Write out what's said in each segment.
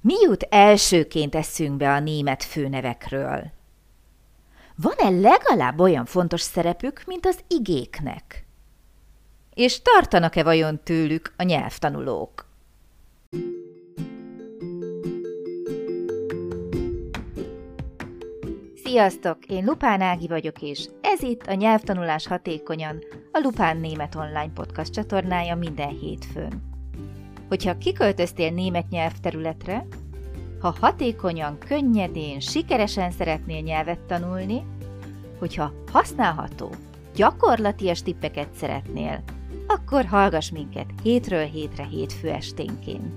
Mi jut elsőként eszünkbe a német főnevekről? Van-e legalább olyan fontos szerepük, mint az igéknek? És tartanak-e vajon tőlük a nyelvtanulók? Sziasztok! Én Lupán Ági vagyok, és ez itt a Nyelvtanulás hatékonyan, a Lupán Német Online Podcast csatornája minden hétfőn. Hogyha kiköltöztél német nyelvterületre, ha hatékonyan, könnyedén, sikeresen szeretnél nyelvet tanulni, hogyha használható, gyakorlatias tippeket szeretnél, akkor hallgass minket hétről hétre hétfő esténként.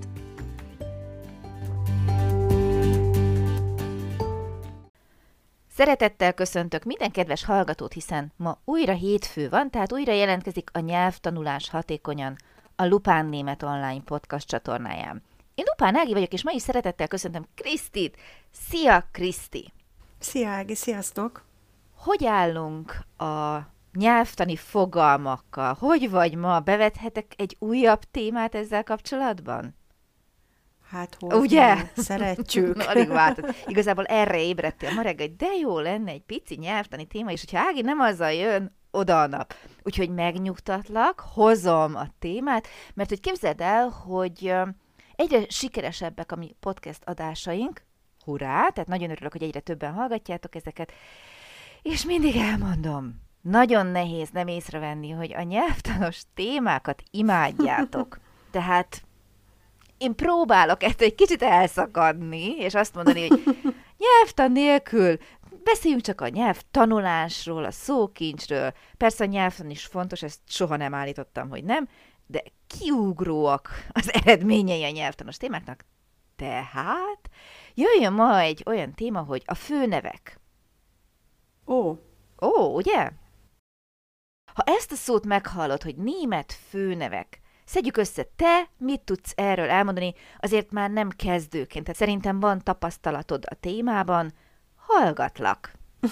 Szeretettel köszöntök minden kedves hallgatót, hiszen ma újra hétfő van, tehát újra jelentkezik a Nyelvtanulás hatékonyan a Lupán Német Online Podcast csatornáján. Én Lupán Ági vagyok, és ma is szeretettel köszöntöm Krisztit. Szia, Kriszti! Szia, Ági, sziasztok! Hogy állunk a nyelvtani fogalmakkal? Hogy vagy ma? Bevethetek egy újabb témát ezzel kapcsolatban? Hát, hogy ugye? Szeretjük. Alig vártad. Igazából erre ébredtél ma reggel, hogy de jó lenne egy pici nyelvtani téma, és hogyha Ági nem azzal jön, oda a nap. Úgyhogy megnyugtatlak, hozom a témát, mert hogy képzeld el, hogy egyre sikeresebbek a mi podcast adásaink, hurrá, tehát nagyon örülök, hogy egyre többen hallgatjátok ezeket, és mindig elmondom, nagyon nehéz nem észrevenni, hogy a nyelvtanos témákat imádjátok. Tehát én próbálok ettől egy kicsit elszakadni, és azt mondani, hogy nyelvtan nélkül beszéljünk csak a nyelvtanulásról, a szókincsről. Persze a nyelvtan is fontos, ezt soha nem állítottam, hogy nem, de kiugróak az eredményei a nyelvtanos témáknak. Tehát jöjjön ma egy olyan téma, hogy a főnevek. Ó, ugye? Ha ezt a szót meghallod, hogy német főnevek, szedjük össze, te mit tudsz erről elmondani, azért már nem kezdőként. Tehát szerintem van tapasztalatod a témában, hallgatlak.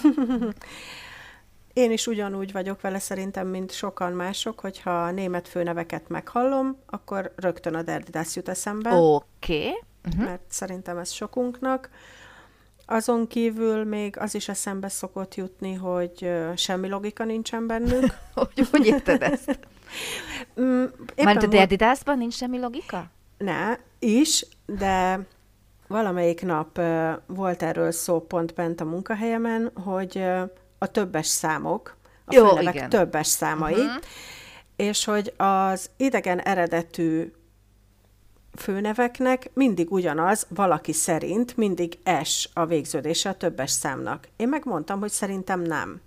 Én is ugyanúgy vagyok vele szerintem, mint sokan mások, hogyha a német főneveket meghallom, akkor rögtön a Derdidász jut eszembe. Oké. Mert szerintem ez sokunknak. Azon kívül még az is eszembe szokott jutni, hogy semmi logika nincsen bennük. Hogy érted ezt? Mármint a Derdidászban nincs semmi logika? Ne, is, de valamelyik nap volt erről szó pont bent a munkahelyemen, hogy a többes számok, a főnevek igen. többes számai, és hogy az idegen eredetű főneveknek mindig ugyanaz, valaki szerint mindig S a végződése a többes számnak. Én megmondtam, hogy szerintem nem.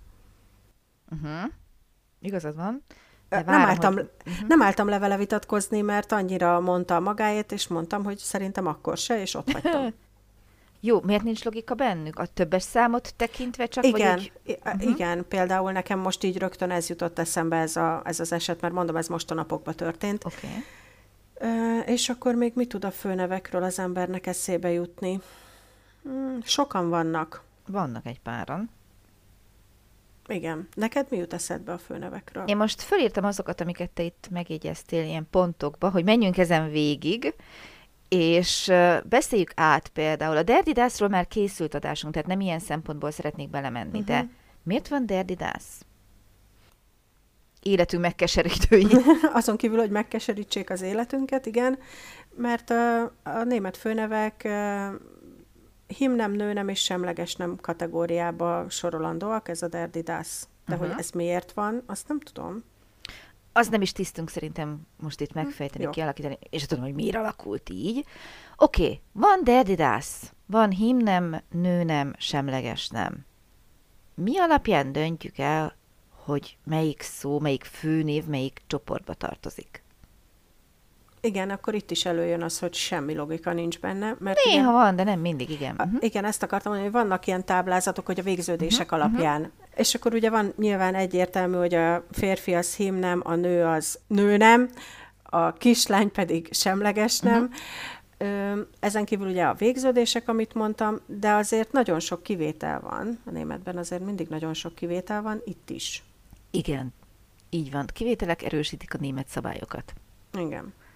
Igazad van. Nem álltam le vele vitatkozni, mert annyira mondta a magáét, és mondtam, hogy szerintem akkor se, és ott hagytam. Jó, miért nincs logika bennük? A többes számot tekintve csak? Igen, vagy úgy... igen, például nekem most így rögtön ez jutott eszembe, ez az eset, mert mondom, ez most a napokban történt. Okay. És akkor még mit tud a főnevekről az embernek eszébe jutni? Sokan vannak. Vannak egy páran. Igen. Neked mi jut eszedbe a főnevekről? Én most fölírtam azokat, amiket te itt megjegyeztél ilyen pontokba, hogy menjünk ezen végig, és beszéljük át például. A Derdidászról már készült adásunk, tehát nem ilyen szempontból szeretnék belemenni, de miért van Derdidász? Életünk megkeserítői. Azon kívül, hogy megkeserítsék az életünket, igen, mert a német főnevek himnem, nőnem és semleges nem kategóriába sorolandóak, ez a Derdidász. De hogy ez miért van, azt nem tudom. Az nem is tisztünk szerintem most itt megfejteni, kialakítani, és tudom, hogy miért alakult így. Oké, van Derdidász, van himnem, nőnem, semleges nem. Mi alapján döntjük el, hogy melyik szó, melyik főnév, melyik csoportba tartozik? Igen, akkor itt is előjön az, hogy semmi logika nincs benne. Mert néha van, de nem mindig, igen. Igen, ezt akartam mondani, hogy vannak ilyen táblázatok, hogy a végződések alapján. És akkor ugye van nyilván egyértelmű, hogy a férfi az himnem, a nő az nőnem, a kislány pedig semleges nem. Ezen kívül ugye a végződések, amit mondtam, de azért nagyon sok kivétel van. A németben azért mindig nagyon sok kivétel van, itt is. Igen, így van. Kivételek erősítik a német szabályokat. Igen.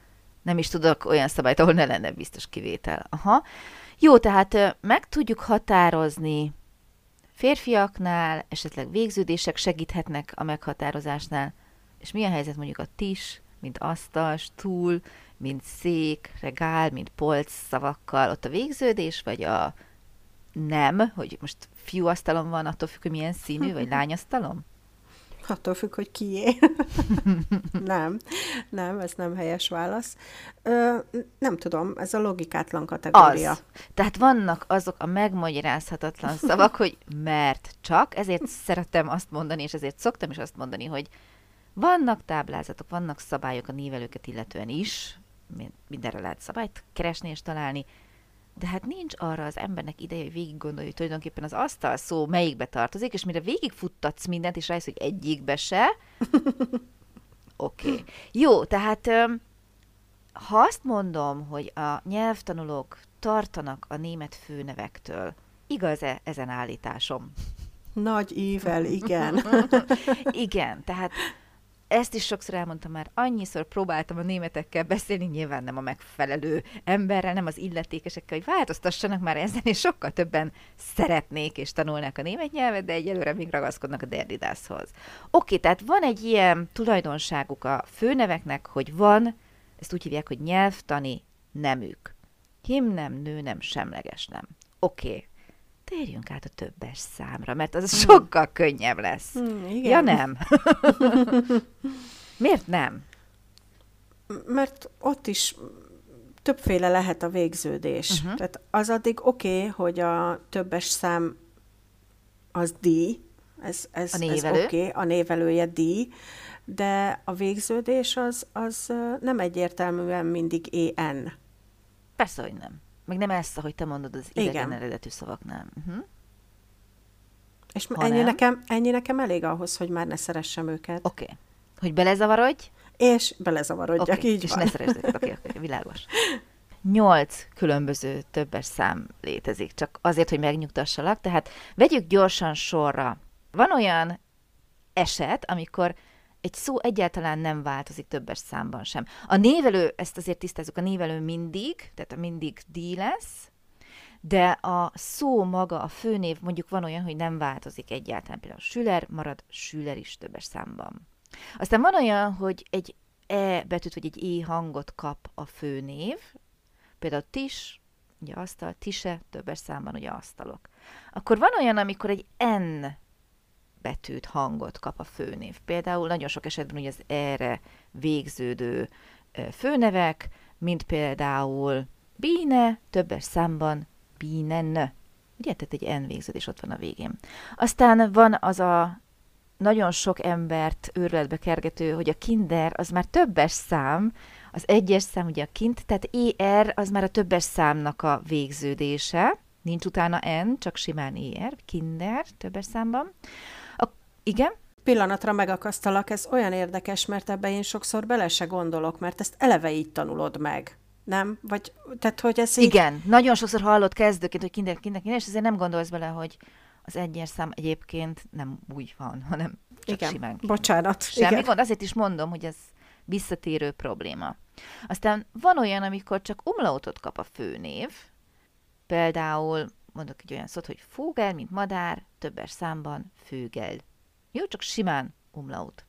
Nem is tudok olyan szabályt, ahol ne lenne biztos kivétel. Aha. Jó, tehát meg tudjuk határozni férfiaknál, esetleg végződések segíthetnek a meghatározásnál. És mi a helyzet mondjuk a tis, mint asztal, stúl, mint szék, regál, mint polc szavakkal? Ott a végződés, vagy a nem, hogy most fiúasztalom van, attól függ, hogy milyen színű, vagy lányasztalom? Attól függ, hogy kié. Nem, ez nem helyes válasz. Nem tudom, ez a logikátlan kategória. Az. Tehát vannak azok a megmagyarázhatatlan szavak, hogy mert csak, ezért szeretem azt mondani, és ezért szoktam is azt mondani, hogy vannak táblázatok, vannak szabályok a névelőket illetően is, mindenre lehet szabályt keresni és találni, de hát nincs arra az embernek ideje, hogy végig gondolja, hogy tulajdonképpen az asztal szó melyikbe tartozik, és mire végigfuttatsz mindent, és rájössz, hogy egyikbe se. Oké. Jó, tehát ha azt mondom, hogy a nyelvtanulók tartanak a német főnevektől, igaz-e ezen állításom? Nagy ível, igen. Igen, tehát ezt is sokszor elmondtam már, annyiszor próbáltam a németekkel beszélni, nyilván nem a megfelelő emberrel, nem az illetékesekkel, hogy változtassanak már ezen, és sokkal többen szeretnék és tanulnak a német nyelvet, de egyelőre még ragaszkodnak a derdidászhoz. Oké, tehát van egy ilyen tulajdonságuk a főneveknek, hogy van, ezt úgy hívják, hogy nyelvtani nemük. Himnem, nőnem, semleges nem. Oké. Térjünk át a többes számra, mert az sokkal könnyebb lesz. Igen. Ja nem? Miért nem? Mert ott is többféle lehet a végződés. Tehát az addig oké, hogy a többes szám az díj, ez oké, a névelője díj, de a végződés az nem egyértelműen mindig en. Persze, hogy nem. Meg nem ezt, ahogy te mondod az idegen eredetű szavaknál. És ennyi nekem elég ahhoz, hogy már ne szeressem őket. Oké. Hogy belezavarodj? És belezavarodjak, így és van. ne szeresd őket. Oké, világos. 8 különböző többes szám létezik, csak azért, hogy megnyugtassalak. Tehát vegyük gyorsan sorra. Van olyan eset, amikor egy szó egyáltalán nem változik többes számban sem. A névelő, ezt azért tisztázzuk, a névelő mindig, tehát mindig díj lesz, de a szó maga, a főnév mondjuk van olyan, hogy nem változik egyáltalán. Például Schüler marad Schüler is többes számban. Aztán van olyan, hogy egy E betűt vagy egy E hangot kap a főnév, például tis, ugye asztal, tise, többes számban ugye asztalok. Akkor van olyan, amikor egy N betűt, hangot kap a főnév. Például nagyon sok esetben ugye az erre végződő főnevek, mint például Biene, többes számban Bienen. Ugye, tehát egy N végződés ott van a végén. Aztán van az a nagyon sok embert őrületbe kergető, hogy a kinder az már többes szám, az egyes szám ugye a kint, tehát ER az már a többes számnak a végződése, nincs utána N, csak simán ER, kinder, többes számban. Igen? Pillanatra megakasztalak, ez olyan érdekes, mert ebbe én sokszor bele se gondolok, mert ezt eleve így tanulod meg. Nem? Vagy, tehát, hogy ez így... Igen, nagyon sokszor hallott kezdőként, hogy kinder, és azért nem gondolsz bele, hogy az egyes szám egyébként nem úgy van, hanem csak igen, simán. Bocsánat. Semmi gond, azért is mondom, hogy ez visszatérő probléma. Aztán van olyan, amikor csak umlautot kap a főnév, például mondok egy olyan szót, hogy Vogel, mint madár, többes számban Vögel. Jó, csak simán umlaut.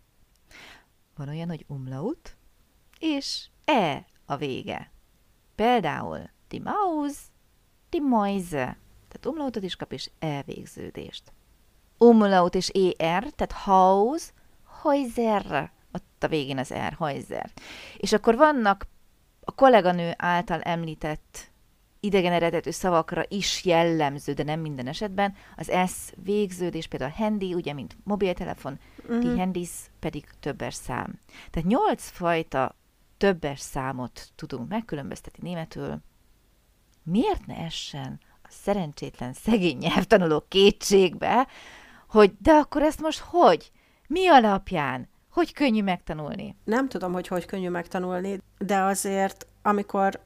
Van olyan, hogy umlaut, és E a vége. Például die Maus, die Mäuse. Tehát umlautot is kap, és E végződést. Umlaut és ER, tehát Haus, Häuser. Ott a végén az R, Häuser. És akkor vannak a kolléganő által említett idegen eredetű szavakra is jellemző, de nem minden esetben, az S végződés, például a handy, ugye, mint mobiltelefon, die handys pedig többes szám. Tehát 8 fajta többes számot tudunk megkülönböztetni németül. Miért ne essen a szerencsétlen szegény nyelvtanuló kétségbe, hogy de akkor ezt most hogy? Mi alapján? Hogy könnyű megtanulni? Nem tudom, hogy könnyű megtanulni, de azért, amikor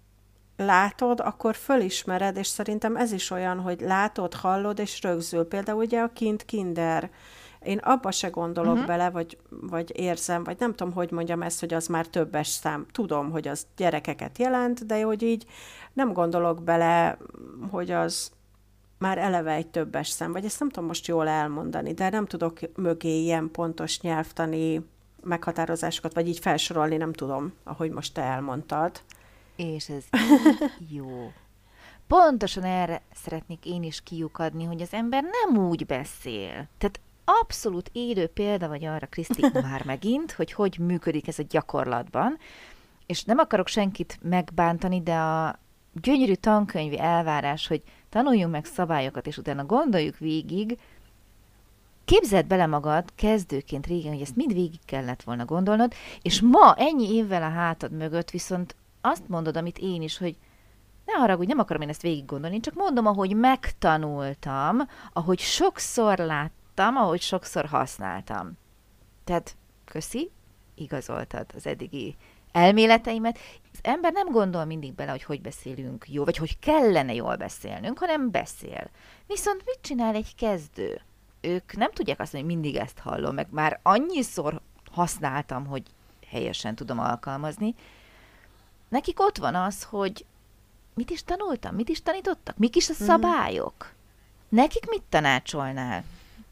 látod, akkor fölismered, és szerintem ez is olyan, hogy látod, hallod, és rögzül. Például ugye a kinder, Én abba se gondolok bele, vagy érzem, vagy nem tudom, hogy mondjam ezt, hogy az már többes szám. Tudom, hogy az gyerekeket jelent, de hogy így nem gondolok bele, hogy az már eleve egy többes szám, vagy ezt nem tudom most jól elmondani, de nem tudok mögé ilyen pontos nyelvtani meghatározásokat, vagy így felsorolni, nem tudom, ahogy most te elmondtad. És ez jó. Pontosan erre szeretnék én is kiukadni, hogy az ember nem úgy beszél. Tehát abszolút élő példa vagy arra, Kriszti, már megint, hogy működik ez a gyakorlatban. És nem akarok senkit megbántani, de a gyönyörű tankönyvi elvárás, hogy tanuljunk meg szabályokat, és utána gondoljuk végig, képzeld bele magad kezdőként régen, hogy ezt mind végig kellett volna gondolnod, és ma ennyi évvel a hátad mögött viszont azt mondod, amit én is, hogy ne haragudj, nem akarom én ezt végig gondolni, én csak mondom, ahogy megtanultam, ahogy sokszor láttam, ahogy sokszor használtam. Tehát, köszi, igazoltad az eddigi elméleteimet. Az ember nem gondol mindig bele, hogy beszélünk jó, vagy hogy kellene jól beszélnünk, hanem beszél. Viszont mit csinál egy kezdő? Ők nem tudják azt mondani, hogy mindig ezt hallom, meg már annyiszor használtam, hogy helyesen tudom alkalmazni. Nekik ott van az, hogy mit is tanultam, mit is tanítottak, mik is a szabályok. Nekik mit tanácsolnál?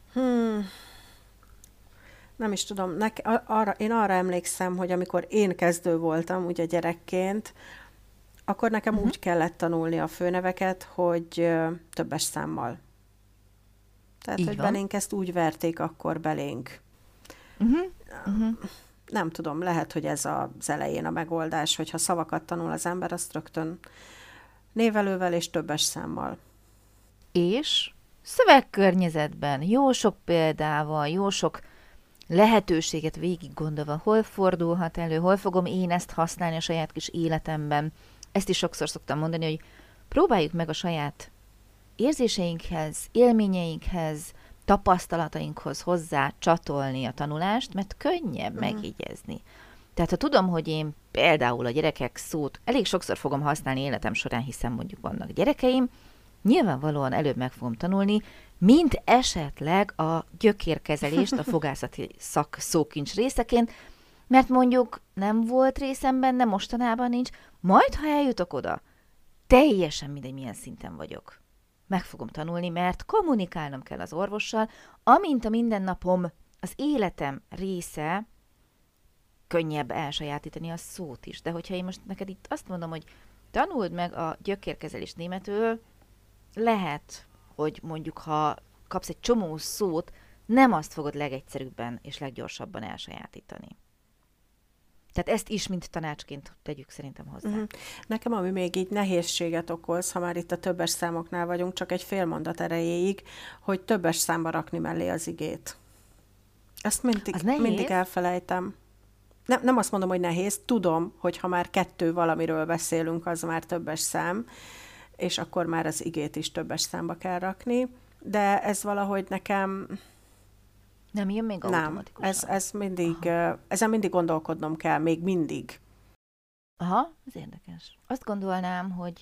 Nem is tudom. Én arra emlékszem, hogy amikor én kezdő voltam, ugye gyerekként, akkor nekem úgy kellett tanulni a főneveket, hogy többes számmal. Tehát, hogy belénk ezt úgy verték akkor belénk. Nem tudom, lehet, hogy ez az elején a megoldás, hogyha szavakat tanul az ember, azt rögtön névelővel és többes számmal. És szövegkörnyezetben, jó sok példával, jó sok lehetőséget végig gondolva, hol fordulhat elő, hol fogom én ezt használni a saját kis életemben. Ezt is sokszor szoktam mondani, hogy próbáljuk meg a saját érzéseinkhez, élményeinkhez, tapasztalatainkhoz hozzá csatolni a tanulást, mert könnyebb megjegyezni. Tehát ha tudom, hogy én például a gyerekek szót elég sokszor fogom használni életem során, hiszen mondjuk vannak gyerekeim, nyilvánvalóan előbb meg fogom tanulni, mint esetleg a gyökérkezelést a fogászati szak szókincs részeként, mert mondjuk nem volt részem benne, mostanában nincs, majd ha eljutok oda, teljesen mindegy, milyen szinten vagyok. Meg fogom tanulni, mert kommunikálnom kell az orvossal, amint a mindennapom, az életem része, könnyebb elsajátítani a szót is. De hogyha én most neked itt azt mondom, hogy tanuld meg a gyökérkezelést németül, lehet, hogy mondjuk, ha kapsz egy csomó szót, nem azt fogod legegyszerűbben és leggyorsabban elsajátítani. Tehát ezt is, mint tanácsként tegyük szerintem hozzá. Nekem, ami még így nehézséget okoz, ha már itt a többes számoknál vagyunk, csak egy fél mondat erejéig, hogy többes számba rakni mellé az igét. Ezt mindig elfelejtem. Nem azt mondom, hogy nehéz, tudom, hogy ha már 2 valamiről beszélünk, az már többes szám, és akkor már az igét is többes számba kell rakni, de ez valahogy nekem... Nem jön még automatikusan? Ez mindig, ezen mindig gondolkodnom kell, még mindig. Aha, ez érdekes. Azt gondolnám, hogy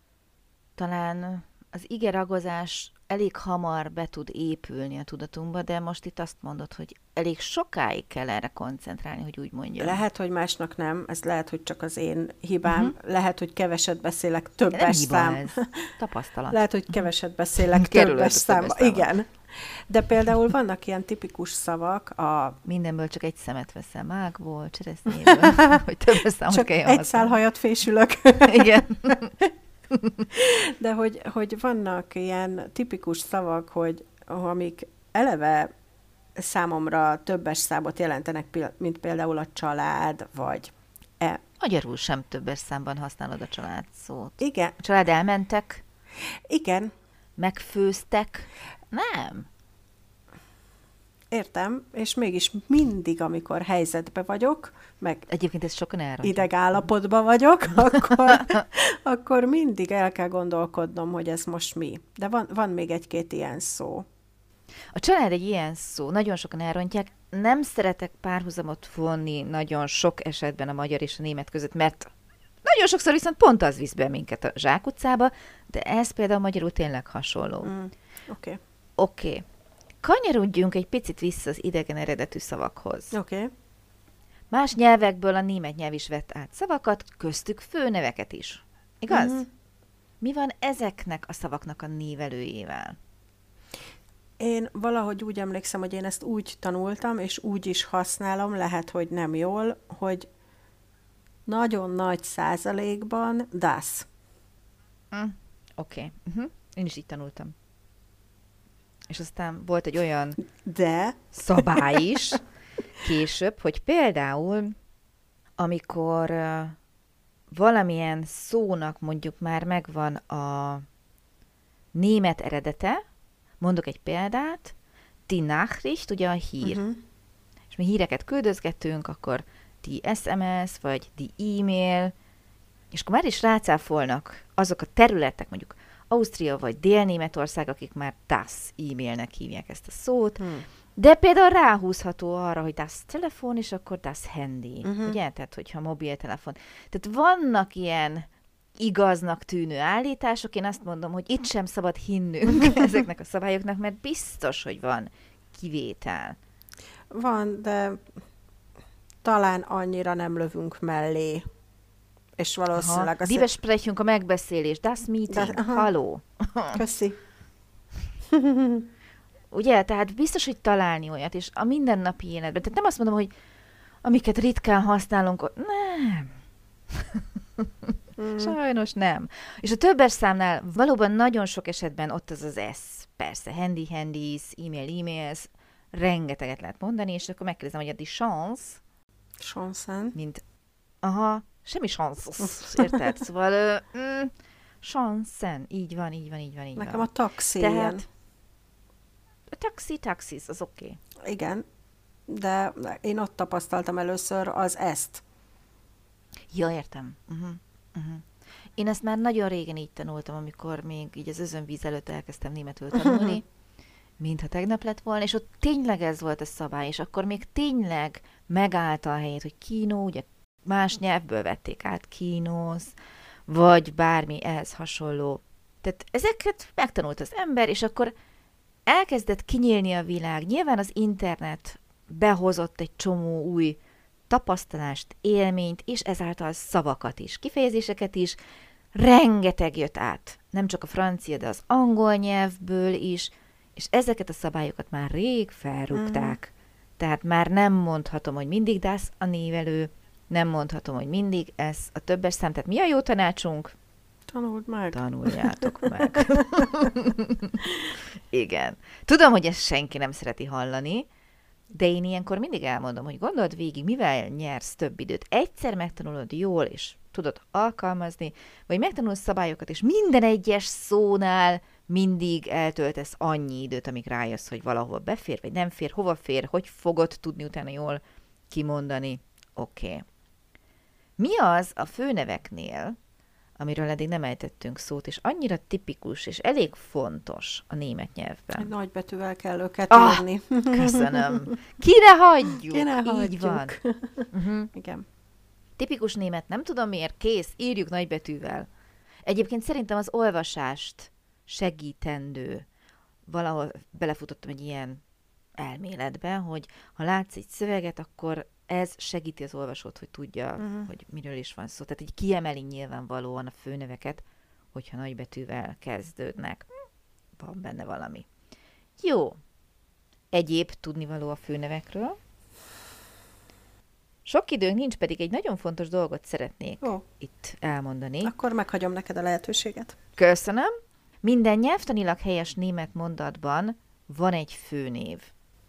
talán az igeragozás elég hamar be tud épülni a tudatunkba, de most itt azt mondod, hogy elég sokáig kell erre koncentrálni, hogy úgy mondjam. Lehet, hogy másnak nem, ez lehet, hogy csak az én hibám, lehet, hogy keveset beszélek többes szám. Ez tapasztalat. Lehet, hogy keveset beszélek többes számba. Igen. De például vannak ilyen tipikus szavak, mindenből csak egy szemet veszem, mágból, cseresznyéből, hogy többes számot csak kelljen egy szál hajat fésülök. Igen. De hogy vannak ilyen tipikus szavak, amik eleve számomra többes számot jelentenek, mint például a család, vagy... Magyarul sem többes számban használod a család szót. Igen. A család elmentek? Igen. Megfőztek? Nem. Értem, és mégis mindig, amikor helyzetbe vagyok, meg egyébként ez sokan elrontják. Idegállapotban vagyok, akkor mindig el kell gondolkodnom, hogy ez most mi. De van még egy-két ilyen szó. A család egy ilyen szó, nagyon sokan elrontják. Nem szeretek párhuzamot vonni nagyon sok esetben a magyar és a német között, mert nagyon sokszor viszont pont az visz be minket a zsákutcába, de ez például magyarul tényleg hasonló. Oké. Oké. Kanyarodjunk egy picit vissza az idegen eredetű szavakhoz. Oké. Más nyelvekből a német nyelv is vett át szavakat, köztük főneveket is. Igaz? Mi van ezeknek a szavaknak a névelőjével? Én valahogy úgy emlékszem, hogy én ezt úgy tanultam, és úgy is használom, lehet, hogy nem jól, hogy nagyon nagy százalékban das. Oké. Én is így tanultam. És aztán volt egy olyan szabály is később, hogy például, amikor valamilyen szónak mondjuk már megvan a német eredete, mondok egy példát, die Nachricht, ugye a hír. És mi híreket küldözgetünk, akkor die SMS, vagy die E-mail, és akkor már is rácáfolnak azok a területek, mondjuk Ausztria vagy Dél-Németország, akik már das e-mailnek hívják ezt a szót, de például ráhúzható arra, hogy das telefon, és akkor das handy, ugye? Tehát, hogyha mobiltelefon. Tehát vannak ilyen igaznak tűnő állítások, én azt mondom, hogy itt sem szabad hinnünk ezeknek a szabályoknak, mert biztos, hogy van kivétel. Van, de talán annyira nem lövünk mellé. És valószínűleg... Die besprechung, a megbeszélés, das meeting, haló. Köszi. Ugye, tehát biztos, hogy találni olyat, és a mindennapi életben. Tehát nem azt mondom, hogy amiket ritkán használunk, nem. Sajnos nem. És a többes számnál valóban nagyon sok esetben ott az S. Persze, handies, emails, rengeteget lehet mondani, és akkor megkérdezem, hogy a die chance, mint, semmi chance, érted? Szóval, chancen, így van. Nekem a taxi tehát, a taxis, az oké. Igen, de én ott tapasztaltam először az ezt. Ja, értem. Én ezt már nagyon régen így tanultam, amikor még így az özönvíz előtt elkezdtem németül tanulni, mintha tegnap lett volna, és ott tényleg ez volt a szabály, és akkor még tényleg megállta a helyét, hogy kínó, ugye más nyelvből vették át, kínosz, vagy bármi ehhez hasonló. Tehát ezeket megtanult az ember, és akkor elkezdett kinyílni a világ. Nyilván az internet behozott egy csomó új tapasztalást, élményt, és ezáltal szavakat is, kifejezéseket is, rengeteg jött át. Nem csak a francia, de az angol nyelvből is, és ezeket a szabályokat már rég felrúgták. Tehát már nem mondhatom, hogy mindig das a névelő, nem mondhatom, hogy mindig ez a többes szám. Tehát mi a jó tanácsunk? Tanuld meg. Tanuljátok meg. Igen. Tudom, hogy ezt senki nem szereti hallani, de én ilyenkor mindig elmondom, hogy gondold végig, mivel nyersz több időt. Egyszer megtanulod jól, és tudod alkalmazni, vagy megtanulsz szabályokat, és minden egyes szónál mindig eltöltesz annyi időt, amíg rájössz, hogy valahol befér, vagy nem fér, hova fér, hogy fogod tudni utána jól kimondani. Oké. Mi az a főneveknél, amiről eddig nem ejtettünk szót, és annyira tipikus, és elég fontos a német nyelvben? Nagy betűvel kell őket írni. Köszönöm. Kire hagyjuk? Így van. Igen. Tipikus német, nem tudom miért, kész, írjuk nagybetűvel. Egyébként szerintem az olvasást segítendő. Valahol belefutottam egy ilyen elméletbe, hogy ha látsz egy szöveget, akkor ez segíti az olvasót, hogy tudja, hogy miről is van szó. Tehát így kiemeli nyilvánvalóan a főneveket, hogyha nagybetűvel kezdődnek. Van benne valami. Jó. Egyéb tudnivaló a főnevekről. Sok időnk nincs, pedig egy nagyon fontos dolgot szeretnék itt elmondani. Akkor meghagyom neked a lehetőséget. Köszönöm. Minden nyelvtanilag helyes német mondatban van egy főnév.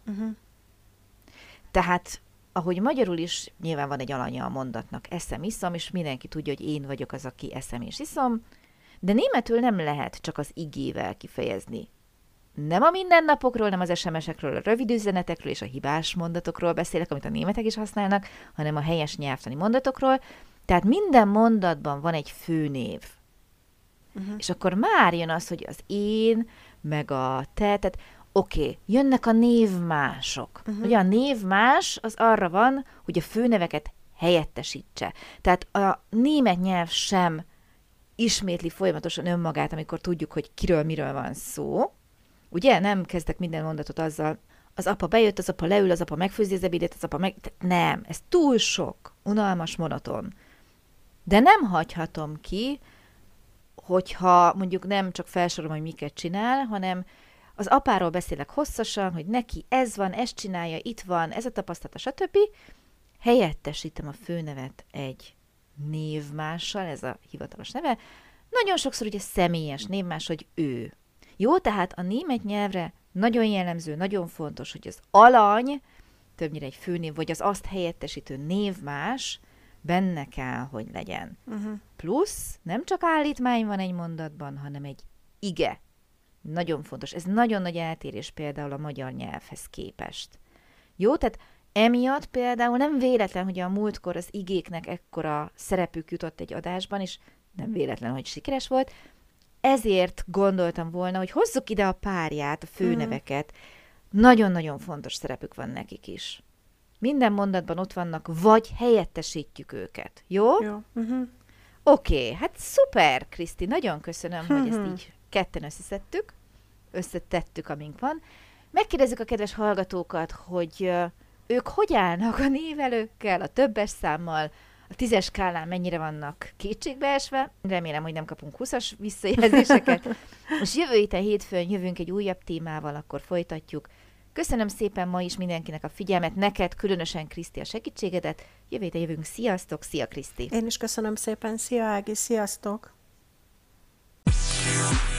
Tehát, ahogy magyarul is nyilván van egy alanya a mondatnak, eszem, iszom, és mindenki tudja, hogy én vagyok az, aki eszem és iszom, de németül nem lehet csak az igével kifejezni. Nem a mindennapokról, nem az SMS-ekről, a rövid üzenetekről és a hibás mondatokról beszélek, amit a németek is használnak, hanem a helyes nyelvtani mondatokról. Tehát minden mondatban van egy főnév. És akkor már jön az, hogy az én, meg a te, tehát oké, jönnek a névmások. Ugye a névmás az arra van, hogy a főneveket helyettesítse. Tehát a német nyelv sem ismétli folyamatosan önmagát, amikor tudjuk, hogy kiről, miről van szó. Ugye? Nem kezdek minden mondatot azzal, az apa bejött, az apa leül, az apa megfőzi az ebédet, az apa meg... Nem, ez túl sok, unalmas, monoton. De nem hagyhatom ki, hogyha mondjuk nem csak felsorolom, hogy miket csinál, hanem az apáról beszélek hosszasan, hogy neki ez van, ezt csinálja, itt van, ez a tapasztalata, stb. Helyettesítem a főnevet egy névmással, ez a hivatalos neve. Nagyon sokszor ugye személyes névmás, hogy ő. Jó, tehát a német nyelvre nagyon jellemző, nagyon fontos, hogy az alany, többnyire egy főnév, vagy az azt helyettesítő névmás benne kell, hogy legyen. Plusz nem csak állítmány van egy mondatban, hanem egy ige. Nagyon fontos. Ez nagyon nagy eltérés például a magyar nyelvhez képest. Jó, tehát emiatt például nem véletlen, hogy a múltkor az igéknek ekkora szerepük jutott egy adásban, és nem véletlen, hogy sikeres volt, ezért gondoltam volna, hogy hozzuk ide a párját, a főneveket. Nagyon-nagyon fontos szerepük van nekik is. Minden mondatban ott vannak, vagy helyettesítjük őket. Jó? Jó. Oké, hát szuper, Kriszti, nagyon köszönöm, hogy ezt így ketten összetettük, amink van. Megkérdezzük a kedves hallgatókat, hogy ők hogy állnak a névelőkkel, a többes számmal, a 10-es skálán mennyire vannak kétségbeesve. Remélem, hogy nem kapunk 20-as visszajelzéseket. Most jövő hétfőn jövünk egy újabb témával, akkor folytatjuk. Köszönöm szépen ma is mindenkinek a figyelmet, neked, különösen Kriszti a segítségedet. Jövő héten jövünk, sziasztok, szia Kriszti! Én is köszönöm szépen, szia Ági, sziasztok!